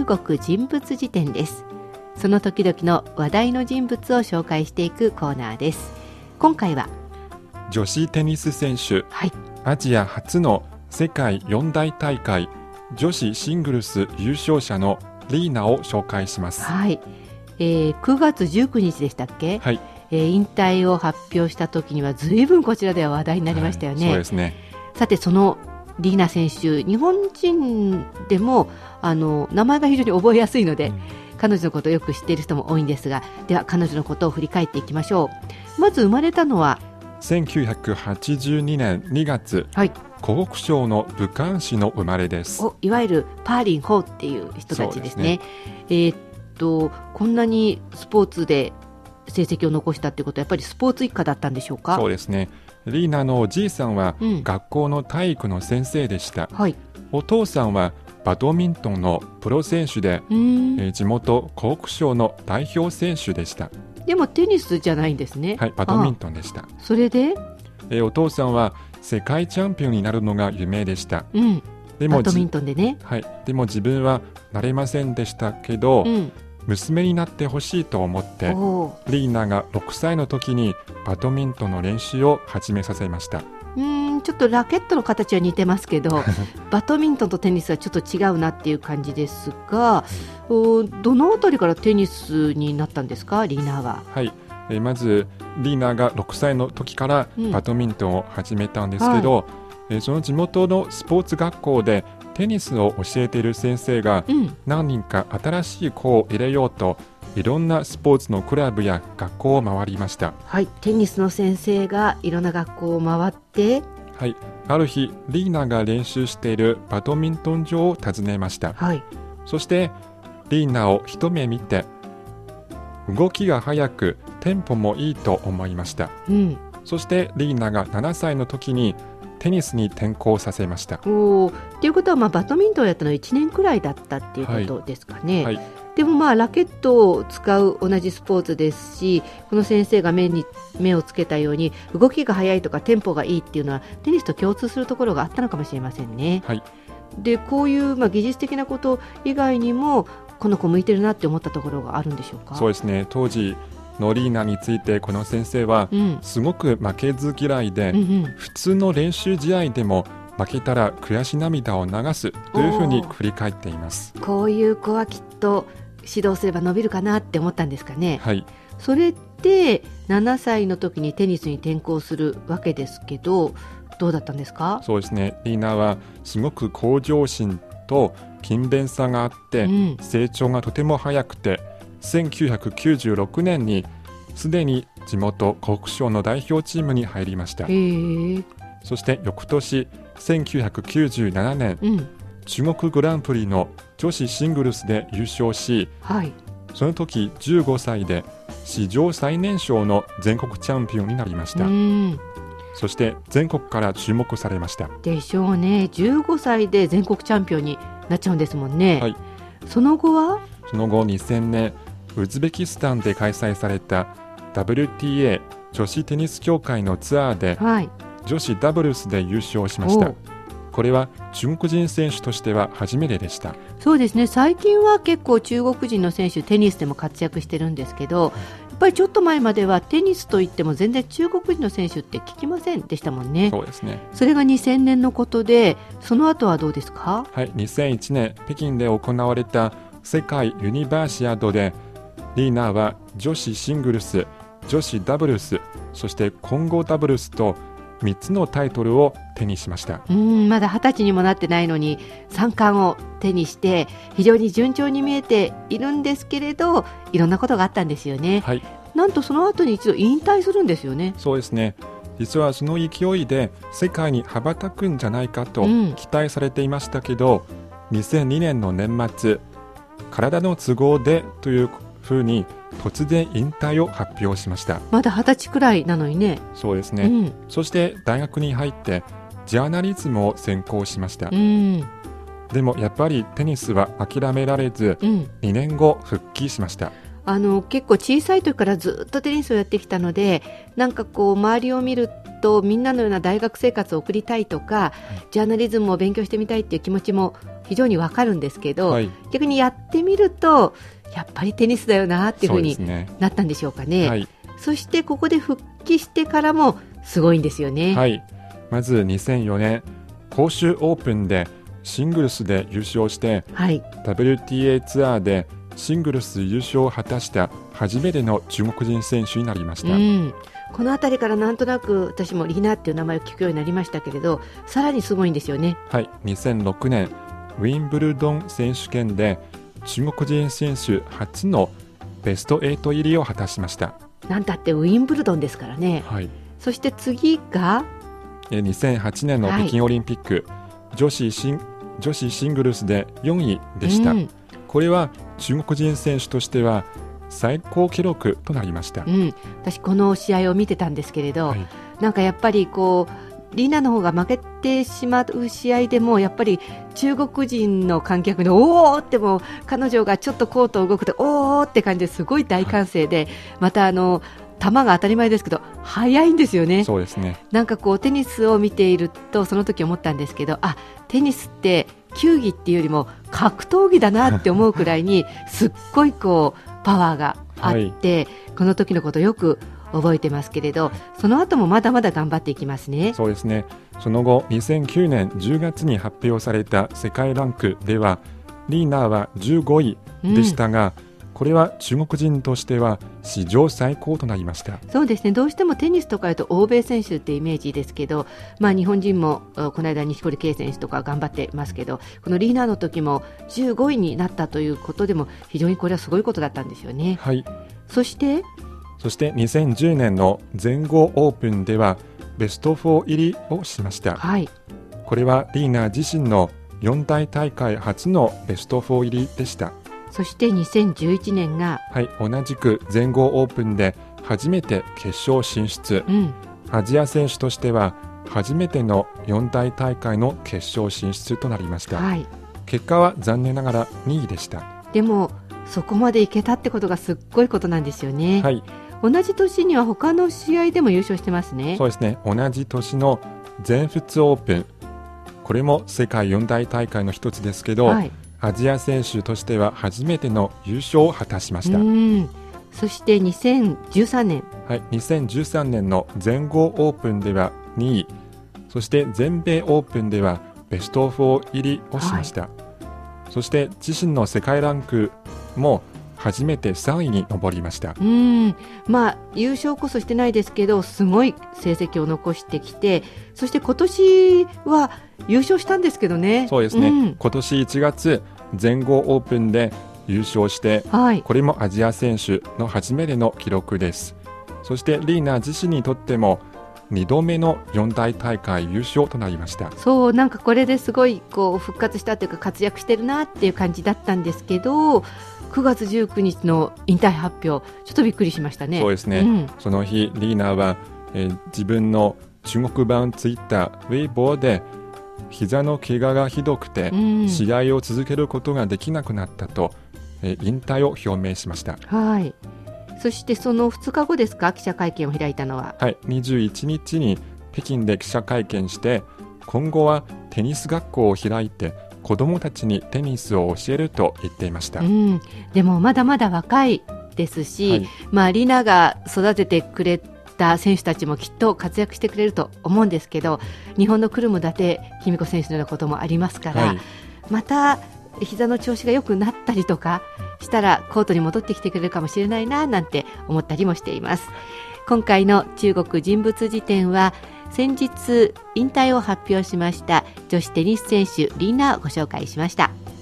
中国人物辞典です。その時々の話題の人物を紹介していくコーナーです。今回は女子テニス選手、 はい、 アジア初の世界四大大会女子シングルス優勝者のリーナを紹介します。 はい、9月19日でしたっけ、 はい、 引退を発表した時には随分こちらでは話題になりましたよね。 そうですね。 さてそのリーナ選手、日本人でも名前が非常に覚えやすいので、彼女のことをよく知っている人も多いんですが、では彼女のことを振り返っていきましょう。まず生まれたのは 1982年2月、 はい、 湖北省の武漢市の生まれです。 いわゆるパーリン・ホーっていう人たちですね。こんなにスポーツで成績を残したってことはやっぱりスポーツ一家だったんでしょうか。 そうですね。リーナのおじいさんはうん学校の体育の先生でした、 はい、 お父さんはバドミントンのプロ選手で、地元湖北省の代表選手でした。 でもテニスじゃないんですね。 はい、バドミントンでした。 それで、 お父さんは世界チャンピオンになるのが夢でした、でもバドミントンでね、 はい、でも自分はなれませんでしたけど、娘になってほしいと思ってリーナが6歳の時にバドミントンの練習を始めさせました。 ちょっとラケットの形は似てますけどバドミントンとテニスはちょっと違うなっていう感じですが、どのあたりからテニスになったんですか、リーナは。 はい、まずリーナが6歳の時からバドミントンを始めたんですけど、その地元のスポーツ学校でテニスを教えている先生が何人か新しい子を入れようといろんなスポーツのクラブや学校を回りました。 はい、テニスの先生がいろんな学校を回って、 はい、ある日リーナが練習しているバドミントン場を訪ねました、 はい、 そしてリーナを一目見て動きが速くテンポもいいと思いました、そしてリーナが7歳の時にテニスに転向させました。 ということは、バドミントンをやったのは1年くらいだったっていうことですかね、はいはい、でもラケットを使う同じスポーツですし、この先生が目をつけたように動きが速いとかテンポがいいっていうのはテニスと共通するところがあったのかもしれませんね、はい、でこういう、技術的なこと以外にもこの子向いてるなって思ったところがあるんでしょうか。 そうですね、当時のリーナについてこの先生はすごく負けず嫌いで、普通の練習試合でも負けたら悔し涙を流すというふうに振り返っています。 こういう子はきっと指導すれば伸びるかなって思ったんですかね、 はい、 それで7歳の時にテニスに転向するわけですけど、どうだったんですか。 そうですね、リーナはすごく向上心と勤勉さがあって、成長がとても早くて1996年にすでに地元湖北省の代表チームに入りました。そして翌年1997年、中国グランプリの女子シングルスで優勝し、その時15歳で史上最年少の全国チャンピオンになりました。そして全国から注目されました。 でしょうね。15歳で全国チャンピオンになっちゃうんですもんね、はい、その後 2000年ウズベキスタンで開催された WTA 女子テニス協会のツアーで、女子ダブルスで優勝しました。これは中国人選手としては初めてでした。 そうですね、最近は結構中国人の選手テニスでも活躍してるんですけど、やっぱりちょっと前まではテニスといっても全然中国人の選手って聞きませんでしたもんね。 そうですね。 それが2000年のことで、その後はどうですか。 はい、2001年北京で行われた世界ユニバーシアードでリーナーは女子シングルス、女子ダブルス、そして混合ダブルスと3つのタイトルを手にしました。 まだ20歳にもなってないのに3冠を手にして非常に順調に見えているんですけれど、いろんなことがあったんですよね、はい、なんとその後に一度引退するんですよね。 そうですね、実はその勢いで世界に羽ばたくんじゃないかと期待されていましたけど、2002年の年末、体の都合でというふうに突然引退を発表しました。 まだ20歳くらいなのにね。 そうですね、そして大学に入ってジャーナリズムを専攻しました。でもやっぱりテニスは諦められず、2年後復帰しました。 結構小さい時からずっとテニスをやってきたので、なんかこう周りを見るとみんなのような大学生活を送りたいとか、ジャーナリズムを勉強してみたいっていう気持ちも非常にわかるんですけど、逆にやってみるとやっぱりテニスだよなっていうふうになったんでしょうかね。そしてここで復帰してからもすごいんですよね。 まず2004年広州オープンでシングルスで優勝して、WTA ツアーでシングルス優勝を果たした初めての中国人選手になりました。 このあたりからなんとなく私もリナっていう名前を聞くようになりましたけれど、さらにすごいんですよね。 2006年ウィンブルドン選手権で中国人選手初のベスト8入りを果たしました。 なんたってウィンブルドンですからね。そして次が 2008年の北京オリンピック、女子シングルスで4位でした。これは中国人選手としては最高記録となりました。 私この試合を見てたんですけれど、なんかやっぱりこうリーナの方が負けてしまう試合でもやっぱり中国人の観客のおーっても彼女がちょっとコートを動くとおーって感じですごい大歓声で、また球が当たり前ですけど速いんですよね。 そうですね。 なんかこうテニスを見ているとその時思ったんですけど、テニスって球技っていうよりも格闘技だなって思うくらいにすっごいこうパワーがあって、この時のことよく覚えてますけれど、その後もまだまだ頑張っていきますね。 そうですね。その後2009年10月に発表された世界ランクではリーナは15位でしたが、これは中国人としては史上最高となりました。 そうですね。どうしてもテニスとかいうと欧米選手ってイメージですけど、日本人もこの間錦織圭選手とか頑張ってますけど、このリーナの時も15位になったということでも非常にこれはすごいことだったんですよね。そして 2010年の全豪オープンではベスト4入りをしました。これはリーナ自身の4大大会初のベスト4入りでした。 そして2011年が、 同じく全豪オープンで初めて決勝進出、アジア選手としては初めての4大大会の決勝進出となりました。結果は残念ながら2位でした。 でもそこまでいけたってことがすっごいことなんですよね。同じ年には他の試合でも優勝してますね。 そうですね。同じ年の全仏オープン、これも世界4大大会の一つですけど、アジア選手としては初めての優勝を果たしました。 そして2013年、 2013年の全豪オープンでは2位、そして全米オープンではベスト4入りをしました。そして自身の世界ランクも初めて3位に上りました。 優勝こそしてないですけどすごい成績を残してきて、そして今年は優勝したんですけどね。 そうですね、今年1月全豪オープンで優勝して、これもアジア選手の初めての記録です。そしてリーナ自身にとっても2度目の4大大会優勝となりました。 なんかこれですごいこう復活したというか活躍してるなっていう感じだったんですけど、9月19日の引退発表ちょっとびっくりしましたね。 そうですね、その日リーナは、自分の中国版ツイッターウェイボーで膝の怪我がひどくて、試合を続けることができなくなったと、引退を表明しました。 そしてその2日後ですか、記者会見を開いたのは。 21日に北京で記者会見して、今後はテニス学校を開いて子どもたちにテニスを教えると言っていました。 でもまだまだ若いですし、リーナが育ててくれた選手たちもきっと活躍してくれると思うんですけど、日本のクルム伊達公子選手のようなこともありますから、また膝の調子が良くなったりとかしたらコートに戻ってきてくれるかもしれないななんて思ったりもしています。今回の中国人物辞典は先日引退を発表しました女子テニス選手リーナをご紹介しました。